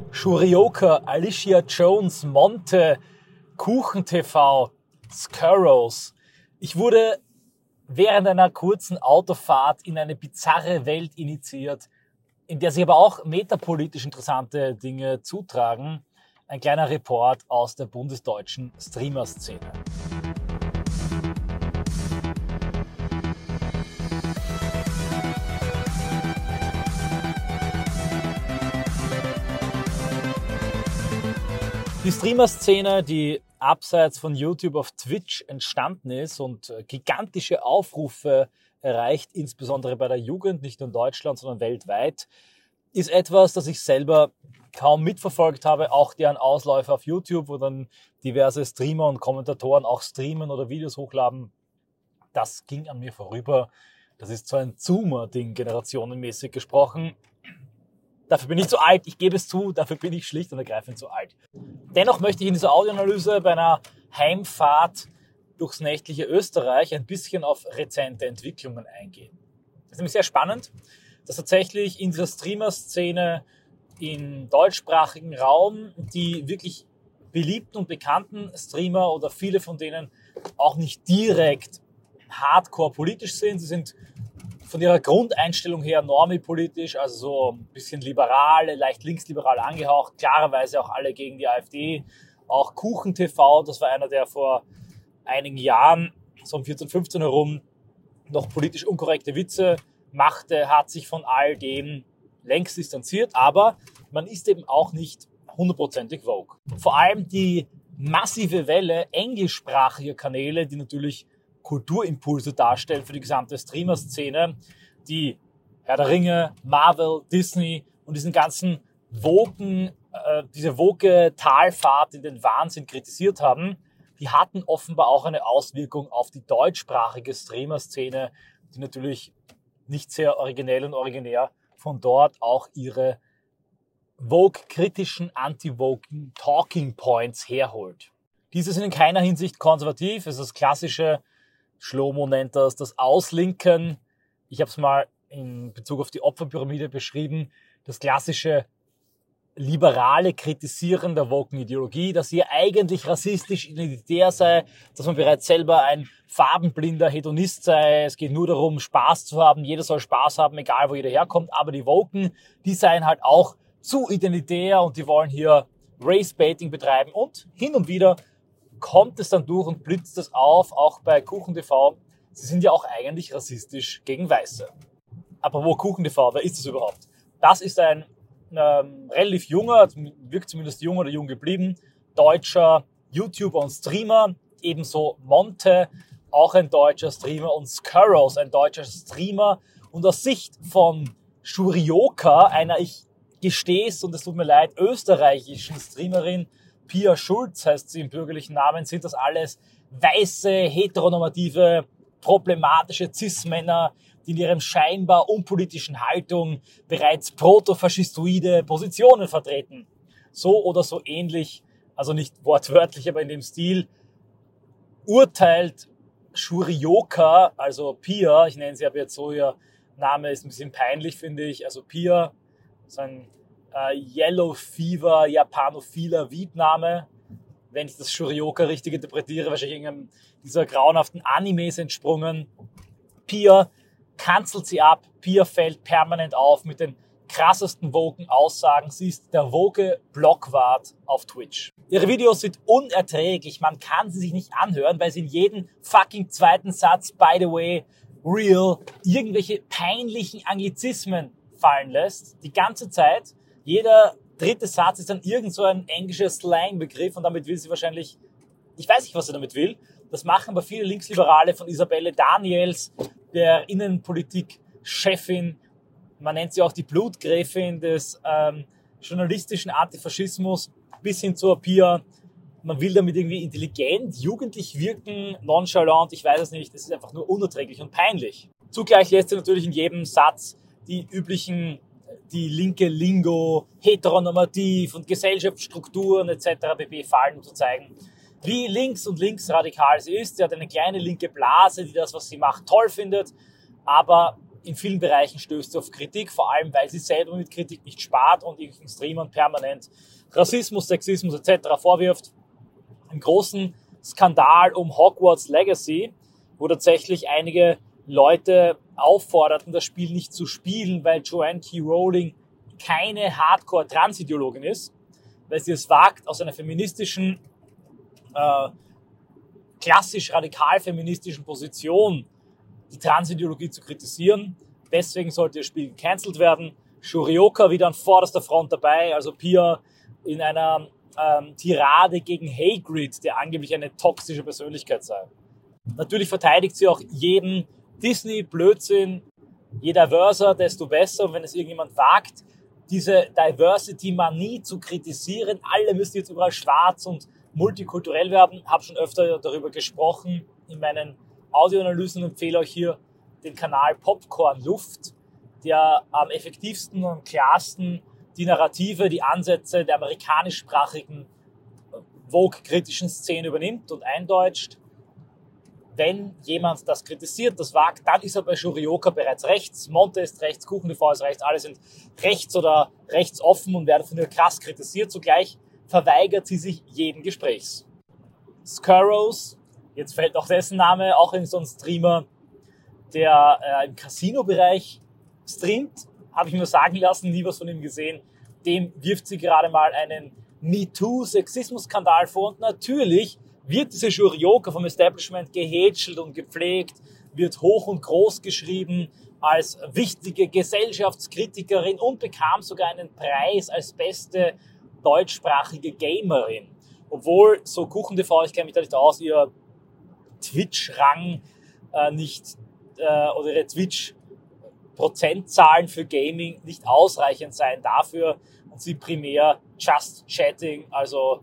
Shurioka, Alicia Jones, Monte, KuchenTV, Skurros. Ich wurde während einer kurzen Autofahrt in eine bizarre Welt initiiert, in der sich aber auch metapolitisch interessante Dinge zutragen. Ein kleiner Report aus der bundesdeutschen Streamer-Szene. Die Streamer-Szene, die abseits von YouTube auf Twitch entstanden ist und gigantische Aufrufe erreicht, insbesondere bei der Jugend, nicht nur in Deutschland, sondern weltweit, ist etwas, das ich selber kaum mitverfolgt habe, auch deren Ausläufer auf YouTube, wo dann diverse Streamer und Kommentatoren auch streamen oder Videos hochladen. Das ging an mir vorüber. Das ist so ein Zoomer-Ding, generationenmäßig gesprochen. Dafür bin ich zu alt, ich gebe es zu, dafür bin ich schlicht und ergreifend zu alt. Dennoch möchte ich in dieser Audioanalyse bei einer Heimfahrt durchs nächtliche Österreich ein bisschen auf rezente Entwicklungen eingehen. Das ist nämlich sehr spannend, dass tatsächlich in dieser Streamer-Szene im deutschsprachigen Raum die wirklich beliebten und bekannten Streamer oder viele von denen auch nicht direkt hardcore politisch sind. Sie sind von ihrer Grundeinstellung her normi-politisch, also so ein bisschen liberal, leicht linksliberal angehaucht, klarerweise auch alle gegen die AfD. Auch KuchenTV, das war einer, der vor einigen Jahren, so um 14, 15 herum, noch politisch unkorrekte Witze machte, hat sich von all dem längst distanziert, aber man ist eben auch nicht hundertprozentig woke. Vor allem die massive Welle englischsprachiger Kanäle, die natürlich Kulturimpulse darstellen für die gesamte Streamer-Szene, die Herr der Ringe, Marvel, Disney und diesen ganzen diese woke Talfahrt in den Wahnsinn kritisiert haben, die hatten offenbar auch eine Auswirkung auf die deutschsprachige Streamer-Szene, die natürlich nicht sehr originell und originär von dort auch ihre woke-kritischen, anti-woken Talking Points herholt. Diese sind in keiner Hinsicht konservativ, es ist das klassische, Schlomo nennt das Auslinken. Ich habe es mal in Bezug auf die Opferpyramide beschrieben. Das klassische liberale Kritisieren der woken Ideologie, dass sie eigentlich rassistisch identitär sei, dass man bereits selber ein farbenblinder Hedonist sei. Es geht nur darum, Spaß zu haben. Jeder soll Spaß haben, egal wo jeder herkommt. Aber die Woken, die seien halt auch zu identitär und die wollen hier Race-Baiting betreiben. Und hin und wieder kommt es dann durch und blitzt es auf, auch bei KuchenTV. Sie sind ja auch eigentlich rassistisch gegen Weiße. Apropos KuchenTV, wer ist das überhaupt? Das ist ein relativ junger, wirkt zumindest jung oder jung geblieben, deutscher YouTuber und Streamer. Ebenso Monte, auch ein deutscher Streamer, und Skurros, ein deutscher Streamer. Und aus Sicht von Shurioka, einer, ich gestehe es und es tut mir leid, österreichischen Streamerin, Pia Schulz heißt sie im bürgerlichen Namen, sind das alles weiße, heteronormative, problematische Cis-Männer, die in ihrem scheinbar unpolitischen Haltung bereits protofaschistoide Positionen vertreten. So oder so ähnlich, also nicht wortwörtlich, aber in dem Stil, urteilt Shurioka, also Pia, ich nenne sie aber jetzt so, ihr Name ist ein bisschen peinlich, finde ich, also Pia, so ein Yellow Fever, japanophiler Vietname, wenn ich das Shurioka richtig interpretiere, wahrscheinlich irgendeinem dieser grauenhaften Animes entsprungen. Pia kanzelt sie ab, Pia fällt permanent auf mit den krassesten woken Aussagen. Sie ist der woke Blockwart auf Twitch. Ihre Videos sind unerträglich, man kann sie sich nicht anhören, weil sie in jedem fucking zweiten Satz, by the way, real, irgendwelche peinlichen Anglizismen fallen lässt, die ganze Zeit. Jeder dritte Satz ist dann irgend so ein englischer Slang-Begriff und damit will sie wahrscheinlich, ich weiß nicht, was sie damit will. Das machen aber viele Linksliberale, von Isabelle Daniels, der Innenpolitik-Chefin. Man nennt sie auch die Blutgräfin des journalistischen Antifaschismus, bis hin zur Pia. Man will damit irgendwie intelligent, jugendlich wirken, nonchalant, ich weiß es nicht. Es ist einfach nur unerträglich und peinlich. Zugleich lässt sie natürlich in jedem Satz die üblichen, die linke Lingo, heteronormativ und Gesellschaftsstrukturen etc. pp. Fallen, um zu zeigen, wie links und linksradikal sie ist. Sie hat eine kleine linke Blase, die das, was sie macht, toll findet, aber in vielen Bereichen stößt sie auf Kritik, vor allem weil sie selber mit Kritik nicht spart und irgendwelchen Streamern permanent Rassismus, Sexismus etc. vorwirft. Einen großen Skandal um Hogwarts Legacy, wo tatsächlich einige Leute aufforderten, das Spiel nicht zu spielen, weil Joanne K. Rowling keine Hardcore-Transideologin ist, weil sie es wagt, aus einer feministischen, klassisch radikal-feministischen Position die Transideologie zu kritisieren. Deswegen sollte das Spiel gecancelt werden. Shurioka wieder an vorderster Front dabei, also Pia in einer Tirade gegen Hagrid, der angeblich eine toxische Persönlichkeit sei. Natürlich verteidigt sie auch jeden Disney-Blödsinn, je diverser, desto besser. Und wenn es irgendjemand wagt, diese Diversity-Manie zu kritisieren, alle müssen jetzt überall schwarz und multikulturell werden, habe schon öfter darüber gesprochen in meinen Audioanalysen und empfehle euch hier den Kanal Popcorn Luft, der am effektivsten und klarsten die Narrative, die Ansätze der amerikanischsprachigen Vogue-kritischen Szene übernimmt und eindeutscht. Wenn jemand das kritisiert, das wagt, dann ist er bei Shurioka bereits rechts, Monte ist rechts, KuchenTV ist rechts, alle sind rechts oder rechtsoffen und werden von ihr krass kritisiert. Zugleich verweigert sie sich jeden Gesprächs. Skurrows, jetzt fällt auch dessen Name, auch in so ein Streamer, der im Casino-Bereich streamt, habe ich mir sagen lassen, nie was von ihm gesehen. Dem wirft sie gerade mal einen MeToo-Sexismus-Skandal vor und natürlich wird diese Shurioka vom Establishment gehätschelt und gepflegt, wird hoch und groß geschrieben als wichtige Gesellschaftskritikerin und bekam sogar einen Preis als beste deutschsprachige Gamerin. Obwohl, so KuchenTV, ich kenne mich da nicht aus, ihr Twitch-Rang oder ihre Twitch-Prozentzahlen für Gaming nicht ausreichend seien dafür und sie primär Just Chatting, also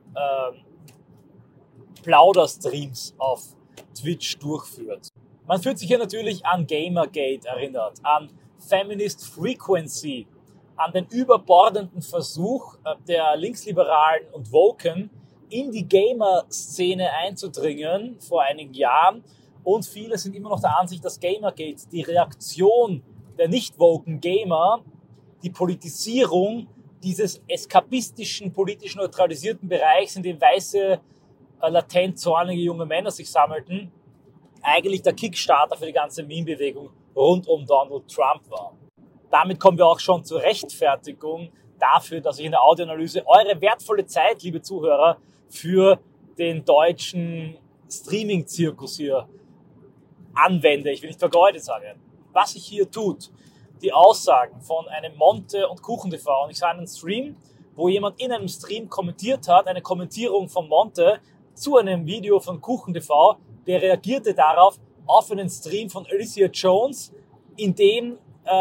Plauderstreams auf Twitch durchführt. Man fühlt sich hier natürlich an Gamergate erinnert, an Feminist Frequency, an den überbordenden Versuch der Linksliberalen und Woken in die Gamer-Szene einzudringen vor einigen Jahren. Und viele sind immer noch der Ansicht, dass Gamergate die Reaktion der nicht-woken Gamer, die Politisierung dieses eskapistischen, politisch neutralisierten Bereichs, in dem weiße, latent zornige junge Männer sich sammelten, eigentlich der Kickstarter für die ganze Meme-Bewegung rund um Donald Trump war. Damit kommen wir auch schon zur Rechtfertigung dafür, dass ich in der Audioanalyse eure wertvolle Zeit, liebe Zuhörer, für den deutschen Streaming-Zirkus hier anwende. Ich will nicht vergeudet sagen. Was sich hier tut, die Aussagen von einem Monte und KuchenTV, und ich sah einen Stream, wo jemand in einem Stream kommentiert hat, eine Kommentierung von Monte zu einem Video von KuchenTV, der reagierte darauf auf einen Stream von Alicia Jones, in dem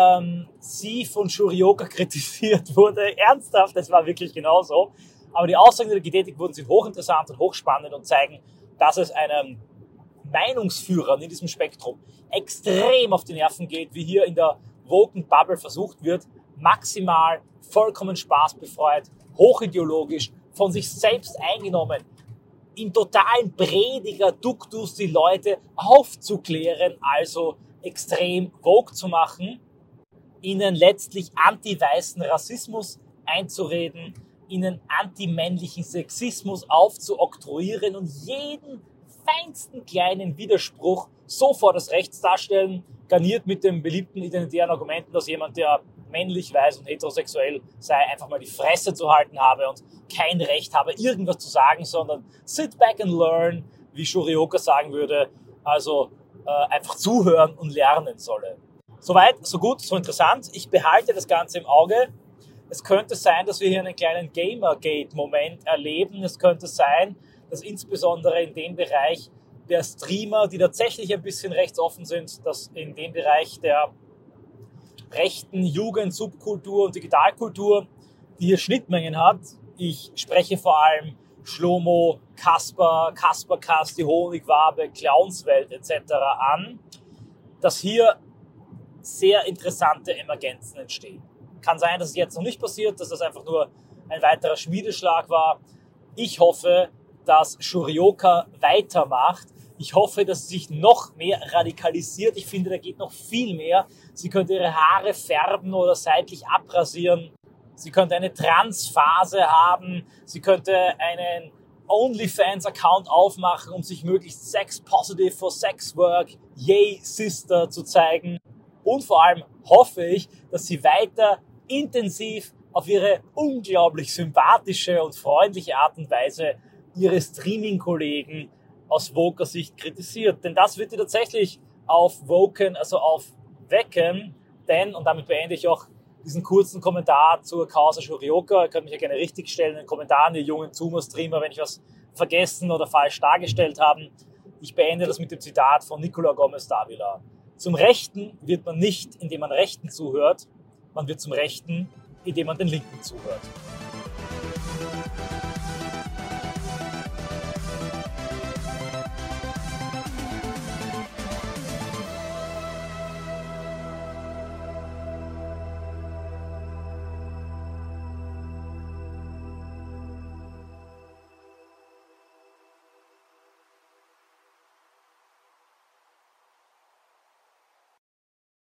sie von Shurioka kritisiert wurde. Ernsthaft, das war wirklich genauso. Aber die Aussagen, die getätigt wurden, sind hochinteressant und hochspannend und zeigen, dass es einem Meinungsführern in diesem Spektrum extrem auf die Nerven geht, wie hier in der woken Bubble versucht wird, maximal, vollkommen spaßbefreit, hochideologisch, von sich selbst eingenommen, im totalen Prediger-Duktus die Leute aufzuklären, also extrem woke zu machen, ihnen letztlich anti-weißen Rassismus einzureden, ihnen anti-männlichen Sexismus aufzuoktroyieren und jeden feinsten kleinen Widerspruch sofort als rechts darstellen, garniert mit dem beliebten identitären Argumenten, dass jemand, der männlich, weiß und heterosexuell sei, einfach mal die Fresse zu halten habe und kein Recht habe, irgendwas zu sagen, sondern sit back and learn, wie Shurioka sagen würde, also einfach zuhören und lernen solle. Soweit, so gut, so interessant. Ich behalte das Ganze im Auge. Es könnte sein, dass wir hier einen kleinen Gamergate-Moment erleben. Es könnte sein, dass insbesondere in dem Bereich der Streamer, die tatsächlich ein bisschen rechtsoffen sind, dass in dem Bereich der rechten Jugend, Subkultur und Digitalkultur, die hier Schnittmengen hat. Ich spreche vor allem Schlomo, Kasper, Kasperkast, die Honigwabe, Clownswelt etc. an, dass hier sehr interessante Emergenzen entstehen. Kann sein, dass es jetzt noch nicht passiert, dass das einfach nur ein weiterer Schmiedeschlag war. Ich hoffe, dass Shurioka weitermacht, Ich hoffe, dass sie sich noch mehr radikalisiert. Ich finde, da geht noch viel mehr. Sie könnte ihre Haare färben oder seitlich abrasieren. Sie könnte eine Transphase haben. Sie könnte einen OnlyFans-Account aufmachen, um sich möglichst sex-positive for sex work, yay Sister zu zeigen. Und vor allem hoffe ich, dass sie weiter intensiv auf ihre unglaublich sympathische und freundliche Art und Weise ihre Streaming-Kollegen aus Woker-Sicht kritisiert. Denn das wird die tatsächlich aufwoken, also aufwecken. Denn, und damit beende ich auch diesen kurzen Kommentar zur Causa Shurioka, ihr könnt mich ja gerne richtigstellen in den Kommentaren, die jungen Zoomer-Streamer, wenn ich was vergessen oder falsch dargestellt habe. Ich beende das mit dem Zitat von Nicola Gomez Davila. Zum Rechten wird man nicht, indem man Rechten zuhört, man wird zum Rechten, indem man den Linken zuhört.